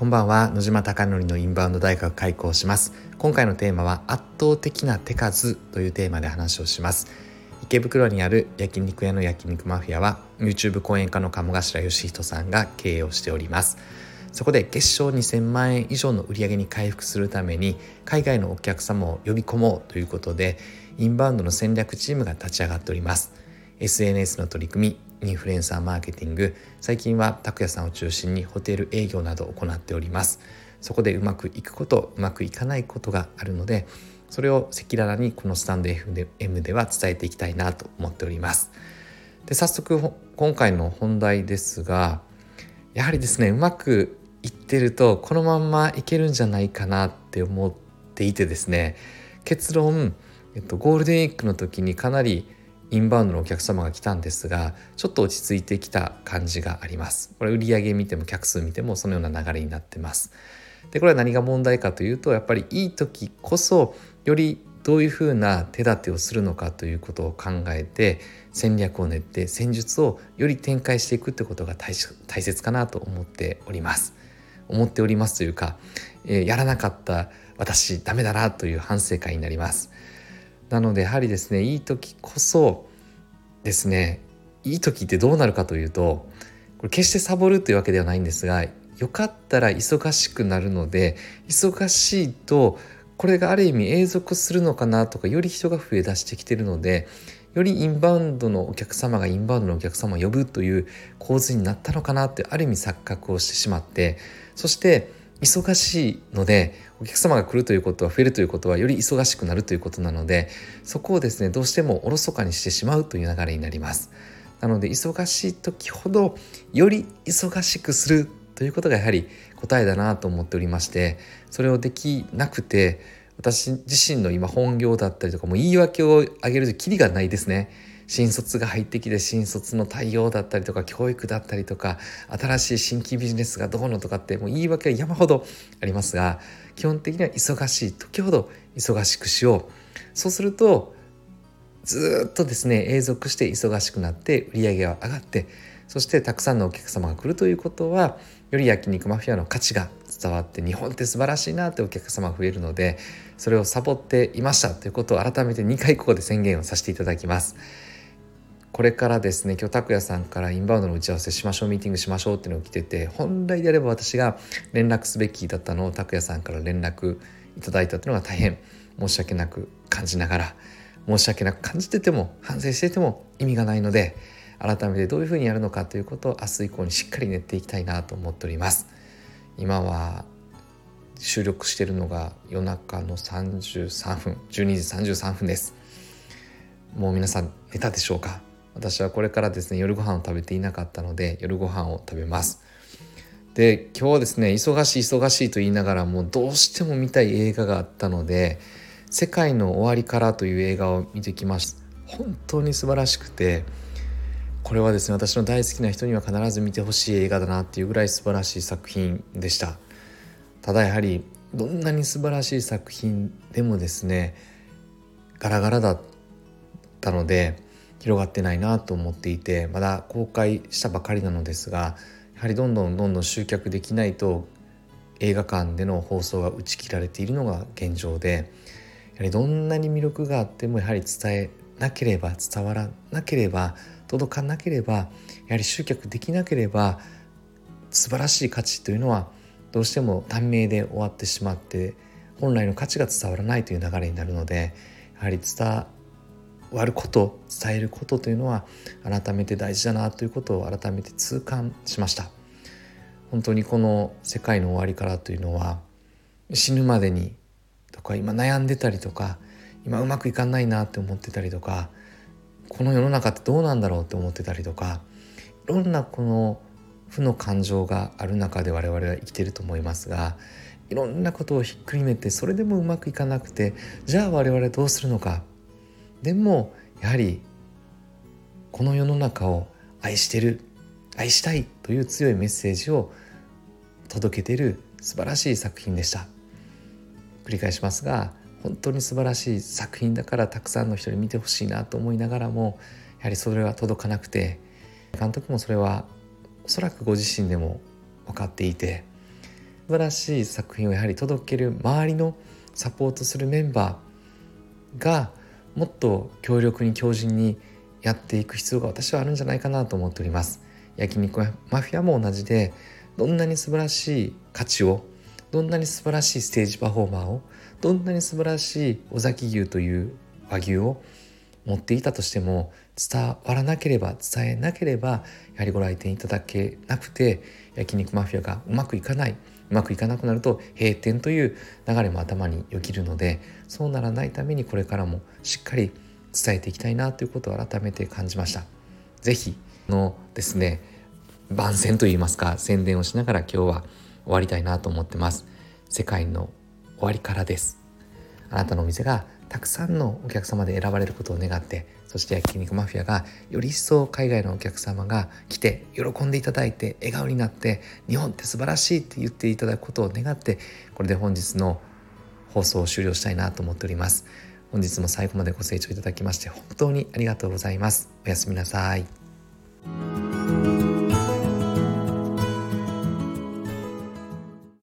んばんは。野島貴則のインバウンド大学開講します。今回のテーマは圧倒的な手数というテーマで話をします。池袋にある焼肉屋の焼肉マフィアは YouTube 講演家の鴨頭義人さんが経営をしております。そこで月賞2000万円以上の売り上げに回復するために海外のお客様を呼び込もうということでインバウンドの戦略チームが立ち上がっております。 SNS の取り組み、インフルエンサーマーケティング、最近は拓也さんを中心にホテル営業などを行っております。そこでうまくいくこと、うまくいかないことがあるので、それを赤裸々にこのスタンド FM では伝えていきたいなと思っております。で、早速今回の本題ですが、やはりですね、うまくいってるとこのまんまいけるんじゃないかなって思っていてですね、結論、ゴールデンウィークの時にかなりインバウンドのお客様が来たんですが、ちょっと落ち着いてきた感じがあります。これ売上見ても客数見てもそのような流れになってます。で、これは何が問題かというと、やっぱりいい時こそよりどういうふうな手立てをするのかということを考えて戦略を練って戦術をより展開していくってことが大切かなと思っておりますというか、やらなかった私ダメだなという反省会になります。なのでやはりですね、いい時こそですね、いい時ってどうなるかというと、これ決してサボるというわけではないんですが、よかったら忙しくなるので、忙しいとこれがある意味永続するのかなとか、より人が増え出してきているので、よりインバウンドのお客様がインバウンドのお客様を呼ぶという構図になったのかなってある意味錯覚をしてしまって、そして忙しいのでお客様が来るということは、増えるということはより忙しくなるということなので、そこをですね、どうしてもおろそかにしてしまうという流れになります。なので忙しい時ほどより忙しくするということがやはり答えだなと思っておりまして、それをできなくて私自身の今本業だったりとかも言い訳を挙げるとキリがないですね。新卒が入ってきて新卒の対応だったりとか教育だったりとか新しい新規ビジネスがどうのとかってもう言い訳は山ほどありますが、基本的には忙しい時ほど忙しくしよう。そうするとずっとですね、永続して忙しくなって売り上げが上がって、そしてたくさんのお客様が来るということは、より焼肉マフィアの価値が伝わって、日本って素晴らしいなってお客様が増えるので、それをサボっていましたということを改めて2回ここで宣言をさせていただきます。これからですね、今日拓也さんからインバウンドの打ち合わせしましょう、ミーティングしましょうっていうのが来てて、本来であれば私が連絡すべきだったのを拓也さんから連絡いただいたというのが大変申し訳なく感じながら、申し訳なく感じてても反省してても意味がないので、改めてどういうふうにやるのかということを明日以降にしっかり練っていきたいなと思っております。今は収録しているのが夜中の33分、12時33分です。もう皆さん寝たでしょうか。私はこれからですね、夜ご飯を食べていなかったので夜ご飯を食べます。で、今日はですね、忙しいと言いながらもどうしても見たい映画があったので、世界の終わりからという映画を見てきました。本当に素晴らしくて、これはですね、私の大好きな人には必ず見てほしい映画だなっていうぐらい素晴らしい作品でした。ただやはりどんなに素晴らしい作品でもですね、ガラガラだったので広がってないなと思っていて、まだ公開したばかりなのですが、やはりどんどん集客できないと映画館での放送が打ち切られているのが現状で、やはりどんなに魅力があってもやはり伝えなければ、伝わらなければ、届かなければ、やはり集客できなければ素晴らしい価値というのはどうしても短命で終わってしまって、本来の価値が伝わらないという流れになるので、やはり伝わること、伝えることというのは改めて大事だなということを改めて痛感しました。本当にこの世界の終わりからというのは、死ぬまでにとか、今悩んでたりとか、今うまくいかないなって思ってたりとか、この世の中ってどうなんだろうって思ってたりとか、いろんなこの負の感情がある中で我々は生きていると思いますが、いろんなことをひっくりめてそれでもうまくいかなくて、じゃあ我々どうするのか。でもやはりこの世の中を愛してる、愛したいという強いメッセージを届けている素晴らしい作品でした。繰り返しますが、本当に素晴らしい作品だからたくさんの人に見てほしいなと思いながらも、やはりそれは届かなくて、監督もそれはおそらくご自身でも分かっていて、 晴らしい作品をやはり届ける周りのサポートするメンバーがもっと強力に強靭にやっていく必要が私はあるんじゃないかなと思っております。焼肉マフィアも同じで、どんなに素晴らしい価値を、どんなに素晴らしいステージパフォーマーを、どんなに素晴らしい尾崎牛という和牛を持っていたとしても、伝わらなければ、伝えなければやはりご来店いただけなくて、焼肉マフィアがうまくいかなくなると閉店という流れも頭によぎるので、そうならないためにこれからもしっかり伝えていきたいなということを改めて感じました。ぜひのですね、番宣といいますか、宣伝をしながら今日は終わりたいなと思ってます。世界の終わりからです。あなたのお店がたくさんのお客様で選ばれることを願って、そして焼肉マフィアがより一層海外のお客様が来て喜んでいただいて、笑顔になって日本って素晴らしいって言っていただくことを願って、これで本日の放送を終了したいなと思っております。本日も最後までご清聴いただきまして本当にありがとうございます。おやすみなさい。